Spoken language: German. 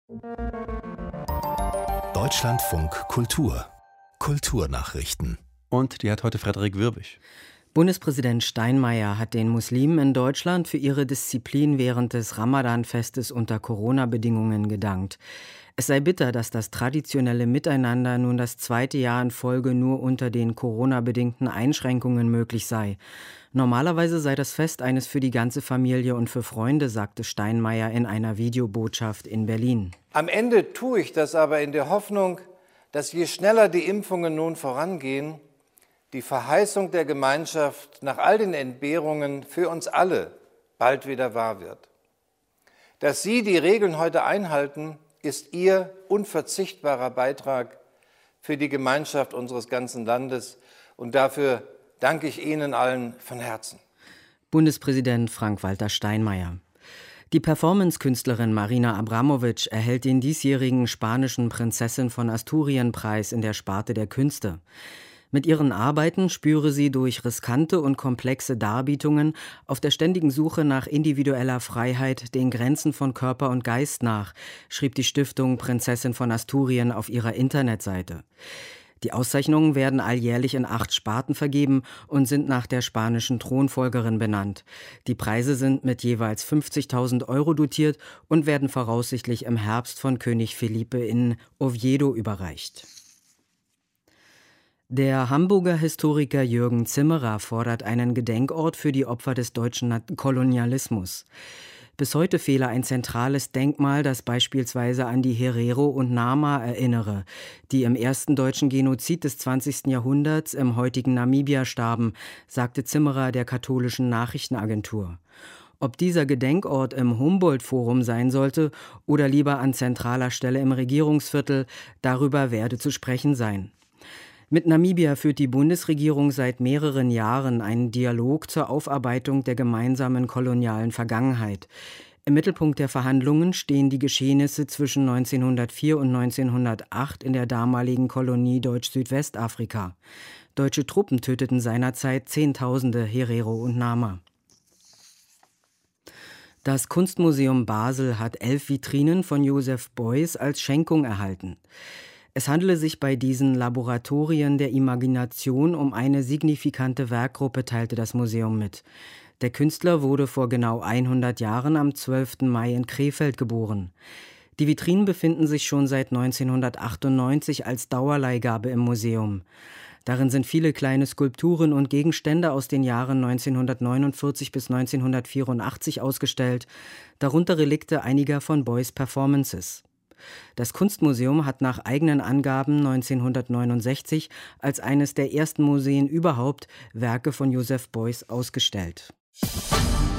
Deutschlandfunk Kultur Kulturnachrichten. Und die hat heute Frederik Wirbisch. Bundespräsident Steinmeier hat den Muslimen in Deutschland für ihre Disziplin während des Ramadan-Festes unter Corona-Bedingungen gedankt. Es sei bitter, dass das traditionelle Miteinander nun das zweite Jahr in Folge nur unter den Corona-bedingten Einschränkungen möglich sei. Normalerweise sei das Fest eines für die ganze Familie und für Freunde, sagte Steinmeier in einer Videobotschaft in Berlin. Am Ende tue ich das aber in der Hoffnung, dass je schneller die Impfungen nun vorangehen, die Verheißung der Gemeinschaft nach all den Entbehrungen für uns alle bald wieder wahr wird. Dass Sie die Regeln heute einhalten, ist Ihr unverzichtbarer Beitrag für die Gemeinschaft unseres ganzen Landes. Und dafür danke ich Ihnen allen von Herzen. Bundespräsident Frank-Walter Steinmeier. Die Performance-Künstlerin Marina Abramovic erhält den diesjährigen spanischen Prinzessin von Asturien-Preis in der Sparte der Künste. Mit ihren Arbeiten spüre sie durch riskante und komplexe Darbietungen auf der ständigen Suche nach individueller Freiheit den Grenzen von Körper und Geist nach, schrieb die Stiftung Prinzessin von Asturien auf ihrer Internetseite. Die Auszeichnungen werden alljährlich in 8 Sparten vergeben und sind nach der spanischen Thronfolgerin benannt. Die Preise sind mit jeweils 50.000 € dotiert und werden voraussichtlich im Herbst von König Felipe in Oviedo überreicht. Der Hamburger Historiker Jürgen Zimmerer fordert einen Gedenkort für die Opfer des deutschen Kolonialismus. Bis heute fehle ein zentrales Denkmal, das beispielsweise an die Herero und Nama erinnere, die im ersten deutschen Genozid des 20. Jahrhunderts im heutigen Namibia starben, sagte Zimmerer der katholischen Nachrichtenagentur. Ob dieser Gedenkort im Humboldt-Forum sein sollte oder lieber an zentraler Stelle im Regierungsviertel, darüber werde zu sprechen sein. Mit Namibia führt die Bundesregierung seit mehreren Jahren einen Dialog zur Aufarbeitung der gemeinsamen kolonialen Vergangenheit. Im Mittelpunkt der Verhandlungen stehen die Geschehnisse zwischen 1904 und 1908 in der damaligen Kolonie Deutsch-Südwestafrika. Deutsche Truppen töteten seinerzeit Zehntausende Herero und Nama. Das Kunstmuseum Basel hat 11 Vitrinen von Joseph Beuys als Schenkung erhalten. Es handele sich bei diesen Laboratorien der Imagination um eine signifikante Werkgruppe, teilte das Museum mit. Der Künstler wurde vor genau 100 Jahren am 12. Mai in Krefeld geboren. Die Vitrinen befinden sich schon seit 1998 als Dauerleihgabe im Museum. Darin sind viele kleine Skulpturen und Gegenstände aus den Jahren 1949 bis 1984 ausgestellt, darunter Relikte einiger von Beuys Performances. Das Kunstmuseum hat nach eigenen Angaben 1969 als eines der ersten Museen überhaupt Werke von Joseph Beuys ausgestellt.